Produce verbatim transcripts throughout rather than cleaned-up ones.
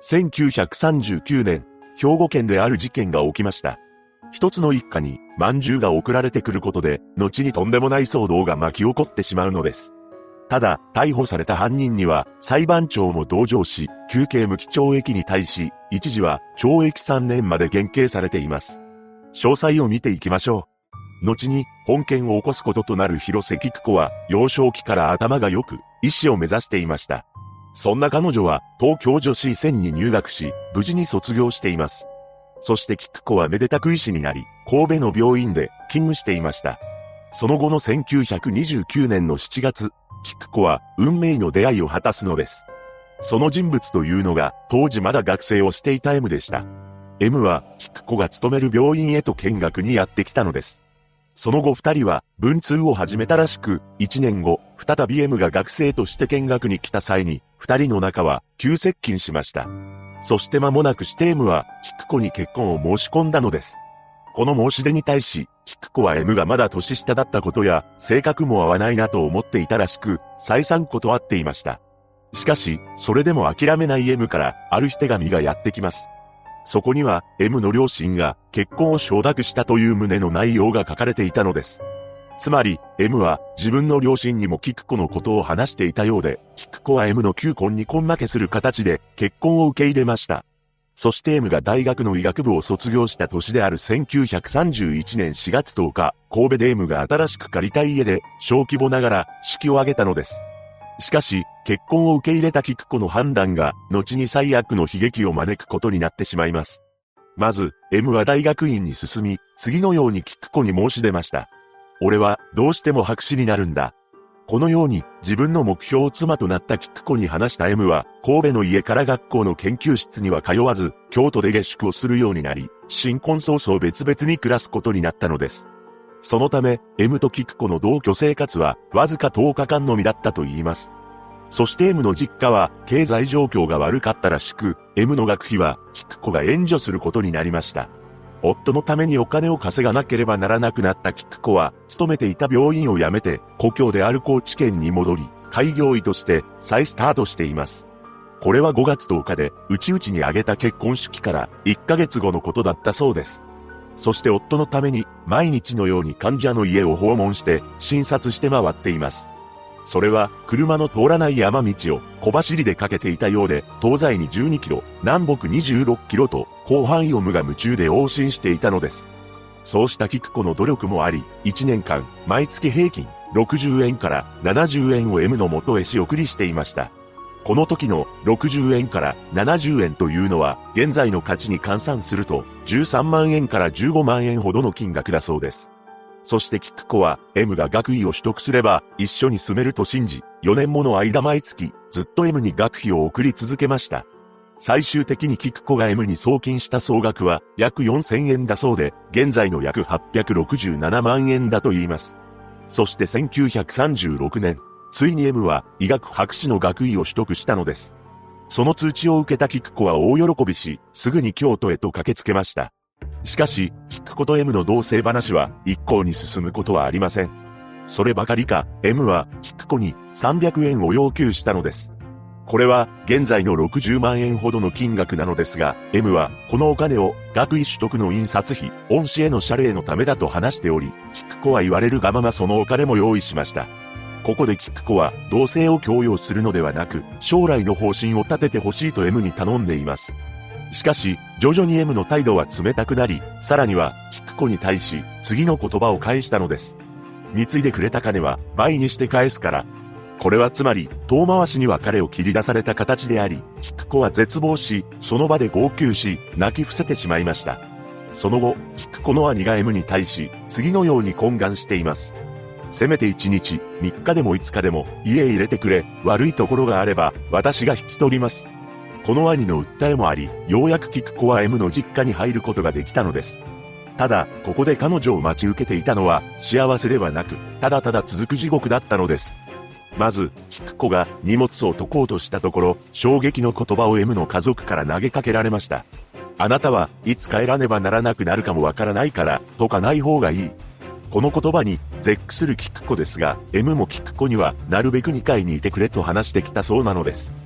せんきゅうひゃくさんじゅうきゅうねん、兵庫県である事件が起きました。一つの一家に、饅頭が送られてくることで、後にとんでもない騒動が巻き起こってしまうのです。ただ、逮捕された犯人には、裁判長も同情し、求刑無期懲役に対し、一時は、懲役さんねんまで減刑されています。詳細を見ていきましょう。後に、本件を起こすこととなる広瀬菊子は、幼少期から頭が良く、医師を目指していました。そんな彼女は、東京女子専に入学し、無事に卒業しています。そして菊子はめでたく医師になり、神戸の病院で勤務していました。その後のせんきゅうひゃくにじゅうきゅうねんのしちがつ、菊子は運命の出会いを果たすのです。その人物というのが、当時まだ学生をしていた M でした。M は、菊子が勤める病院へと見学にやってきたのです。その後二人は文通を始めたらしく、一年後、再び M が学生として見学に来た際に、二人の仲は急接近しました。そして間もなくして M は、菊子に結婚を申し込んだのです。この申し出に対し、菊子は M がまだ年下だったことや、性格も合わないなと思っていたらしく、再三断っていました。しかし、それでも諦めない M から、ある日手紙がやってきます。そこには、M の両親が結婚を承諾したという旨の内容が書かれていたのです。つまり、M は自分の両親にも菊子のことを話していたようで、菊子は M の求婚に根負けする形で結婚を受け入れました。そして M が大学の医学部を卒業した年であるせんきゅうひゃくさんじゅういちねんしがつとおか、神戸で M が新しく借りた家で小規模ながら式を挙げたのです。しかし、結婚を受け入れた菊子の判断が、後に最悪の悲劇を招くことになってしまいます。まず、M は大学院に進み、次のように菊子に申し出ました。俺は、どうしても博士になるんだ。このように、自分の目標を妻となった菊子に話した M は、神戸の家から学校の研究室には通わず、京都で下宿をするようになり、新婚早々別々に暮らすことになったのです。そのため、M と菊子の同居生活は、わずかとおかかんのみだったと言います。そして M の実家は、経済状況が悪かったらしく、M の学費は、菊子が援助することになりました。夫のためにお金を稼がなければならなくなった菊子は、勤めていた病院を辞めて、故郷である高知県に戻り、開業医として再スタートしています。これはごがつとおかで、内々に挙げた結婚式からいっかげつごのことだったそうです。そして夫のために、毎日のように患者の家を訪問して、診察して回っています。それは、車の通らない山道を小走りで駆けていたようで、東西にじゅうにキロ、南北にじゅうろっキロと、広範囲を無我夢中で往診していたのです。そうした菊子の努力もあり、いちねんかん、毎月平均、ろくじゅうえんからななじゅうえんを M の元へ仕送りしていました。この時のろくじゅうえんからななじゅうえんというのは、現在の価値に換算すると、じゅうさんまんえんからじゅうごまんえんほどの金額だそうです。そして菊子は M が学位を取得すれば一緒に住めると信じ、よねんもの間毎月ずっと M に学費を送り続けました。最終的に菊子が M に送金した総額は約よんせんえんだそうで、現在の約はっぴゃくろくじゅうななまんえんだと言います。そしてせんきゅうひゃくさんじゅうろくねん、ついに M は医学博士の学位を取得したのです。その通知を受けた菊子は大喜びし、すぐに京都へと駆けつけました。しかし、菊子と M の同棲話は一向に進むことはありません。そればかりか、M は菊子にさんびゃくえんを要求したのです。これは現在のろくじゅうまんえんほどの金額なのですが、M はこのお金を学位取得の印刷費、恩師への謝礼のためだと話しており、菊子は言われるがままそのお金も用意しました。ここで菊子は同棲を強要するのではなく、将来の方針を立ててほしいと M に頼んでいます。しかし、徐々に M の態度は冷たくなり、さらには、菊子に対し、次の言葉を返したのです。貢いでくれた金は、倍にして返すから。これはつまり、遠回しに別れを切り出された形であり、菊子は絶望し、その場で号泣し、泣き伏せてしまいました。その後、菊子の兄が M に対し、次のように懇願しています。せめていちにち、みっかでもいつかでも、家へ入れてくれ、悪いところがあれば、私が引き取ります。この兄の訴えもあり、ようやく菊子は M の実家に入ることができたのです。ただ、ここで彼女を待ち受けていたのは、幸せではなく、ただただ続く地獄だったのです。まず、菊子が荷物を解こうとしたところ、衝撃の言葉を M の家族から投げかけられました。あなたはいつ帰らねばならなくなるかもわからないから、解かない方がいい。この言葉に絶句する菊子ですが、M も菊子にはなるべくにかいにいてくれと話してきたそうなのです。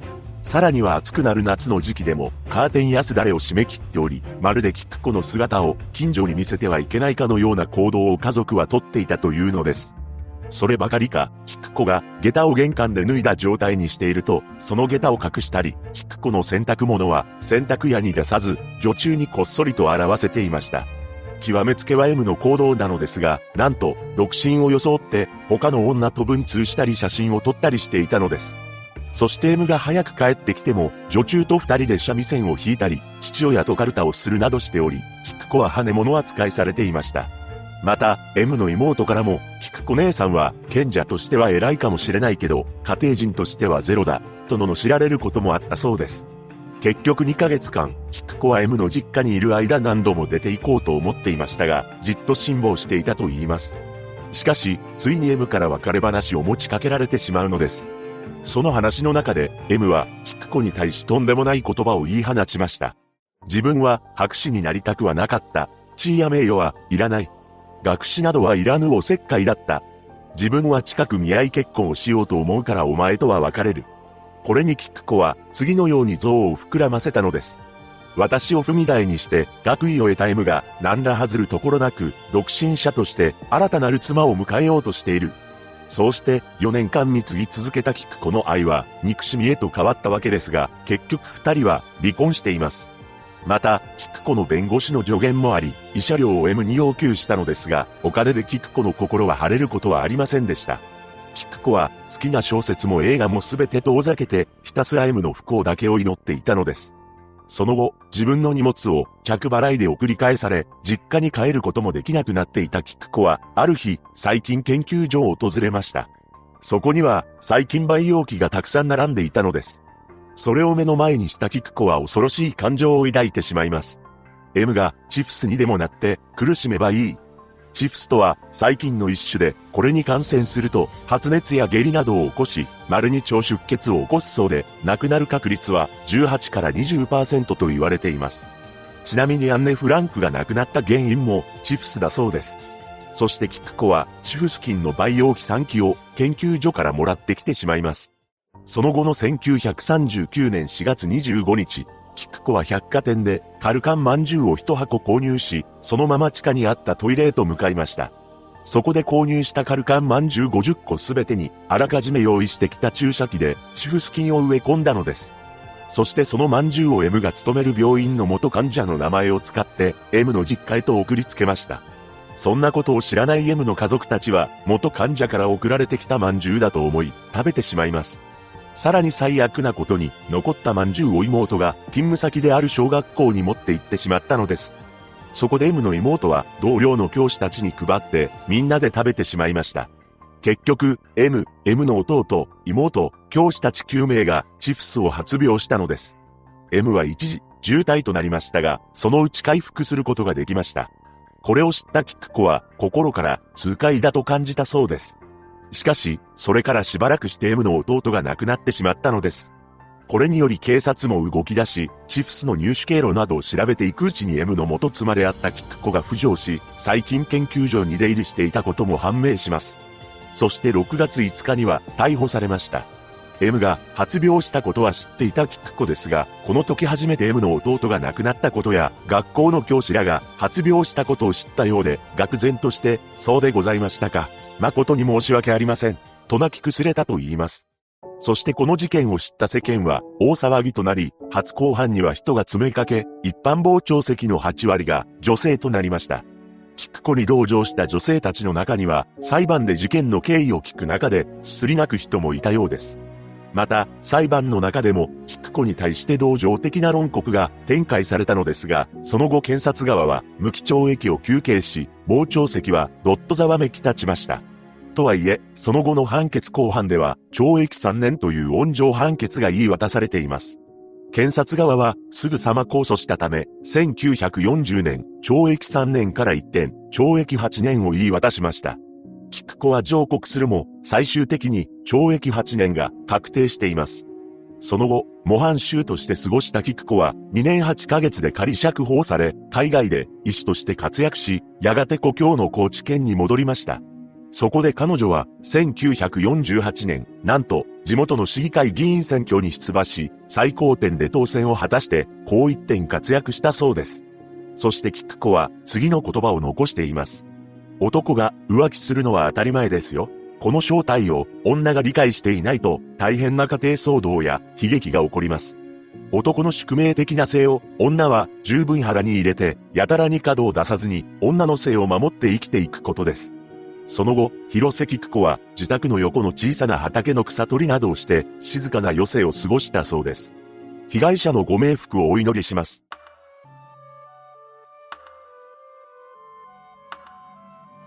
さらには暑くなる夏の時期でもカーテンやすだれを締め切っており、まるでキクコの姿を近所に見せてはいけないかのような行動を家族はとっていたというのです。そればかりか、キクコが下駄を玄関で脱いだ状態にしていると、その下駄を隠したり、キクコの洗濯物は洗濯屋に出さず、女中にこっそりと洗わせていました。極めつけは エム の行動なのですが、なんと、独身を装って他の女と文通したり写真を撮ったりしていたのです。そして エム が早く帰ってきても、女中と二人で三味線を弾いたり、父親とカルタをするなどしており、キクコは跳ね物扱いされていました。また、エム の妹からも、キクコ姉さんは、賢者としては偉いかもしれないけど、家庭人としてはゼロだ、とのの知られることもあったそうです。結局にかげつかん、キクコは エム の実家にいる間何度も出て行こうと思っていましたが、じっと辛抱していたと言います。しかし、ついに エム から別れ話を持ちかけられてしまうのです。その話の中で、エム は、キクコに対しとんでもない言葉を言い放ちました。自分は、博士になりたくはなかった。地位や名誉はいらない。学士などはいらぬおせっかいだった。自分は近く見合い結婚をしようと思うからお前とは別れる。これにキクコは次のように像を膨らませたのです。私を踏み台にして学位を得た エム が何ら外るところなく独身者として新たなる妻を迎えようとしている。そうしてよねんかん貢ぎ続けたキクコの愛は憎しみへと変わったわけですが、結局二人は離婚しています。また、キクコの弁護士の助言もあり、慰謝料を エム に要求したのですが、お金でキクコの心は晴れることはありませんでした。キクコは好きな小説も映画もすべて遠ざけて、ひたすら エム の不幸だけを祈っていたのです。その後、自分の荷物を着払いで送り返され、実家に帰ることもできなくなっていたキクコは、ある日、細菌研究所を訪れました。そこには、細菌培養機がたくさん並んでいたのです。それを目の前にしたキクコは恐ろしい感情を抱いてしまいます。エム がチフスにでもなって苦しめばいい。チフスとは細菌の一種で、これに感染すると発熱や下痢などを起こし、丸に腸出血を起こすそうで、亡くなる確率はじゅうはちからにじゅっパーセントと言われています。ちなみにアンネ・フランクが亡くなった原因もチフスだそうです。そしてキクコはチフス菌の培養機さんきを研究所からもらってきてしまいます。その後のせんきゅうひゃくさんじゅうきゅうねんしがつにじゅうごにち、キクコは百貨店でカルカンまんじゅうを一箱購入し、そのまま地下にあったトイレへと向かいました。そこで購入したカルカンまんじゅうごじゅっこすべてにあらかじめ用意してきた注射器でチフス菌を植え込んだのです。そしてそのまんじゅうを エム が勤める病院の元患者の名前を使って エム の実家へと送りつけました。そんなことを知らない エム の家族たちは元患者から送られてきたまんじゅうだと思い食べてしまいます。さらに最悪なことに、残ったまんじゅうを妹が勤務先である小学校に持って行ってしまったのです。そこで エム の妹は同僚の教師たちに配ってみんなで食べてしまいました。結局、M、M の弟、妹、教師たちきゅうめいがチフスを発病したのです。M は一時重体となりましたが、そのうち回復することができました。これを知ったキクコは心から痛快だと感じたそうです。しかし、それからしばらくして エム の弟が亡くなってしまったのです。これにより警察も動き出し、チフスの入手経路などを調べていくうちに エム の元妻であったキクコが浮上し、細菌研究所に出入りしていたことも判明します。そしてろくがついつかには逮捕されました。M が発病したことは知っていたキクコですが、この時初めて M の弟が亡くなったことや、学校の教師らが発病したことを知ったようで、愕然として、そうでございましたか。誠に申し訳ありません。と泣き崩れたと言います。そしてこの事件を知った世間は大騒ぎとなり、初公判には人が詰めかけ、一般傍聴席のはちわりが女性となりました。キクコに同情した女性たちの中には、裁判で事件の経緯を聞く中で、すり泣く人もいたようです。また、裁判の中でも、キクコに対して同情的な論告が展開されたのですが、その後検察側は無期懲役を求刑し、傍聴席はどっとざわめき立ちました。とはいえ、その後の判決公判では、懲役さんねんという温情判決が言い渡されています。検察側はすぐさま控訴したため、せんきゅうひゃくよんじゅうねん、懲役さんねんから一転、懲役はちねんを言い渡しました。キクコは上告するも、最終的に懲役はちねんが確定しています。その後、模範囚として過ごしたキクコはにねんはちかげつで仮釈放され、海外で医師として活躍し、やがて故郷の高知県に戻りました。そこで彼女はせんきゅうひゃくよんじゅうはちねん、なんと地元の市議会議員選挙に出馬し、最高点で当選を果たして、こう一点活躍したそうです。そして菊子は次の言葉を残しています。男が浮気するのは当たり前ですよ。この正体を女が理解していないと大変な家庭騒動や悲劇が起こります。男の宿命的な性を女は十分腹に入れてやたらに角を出さずに女の性を守って生きていくことです。その後、広瀬菊子は自宅の横の小さな畑の草取りなどをして静かな余生を過ごしたそうです。被害者のご冥福をお祈りします。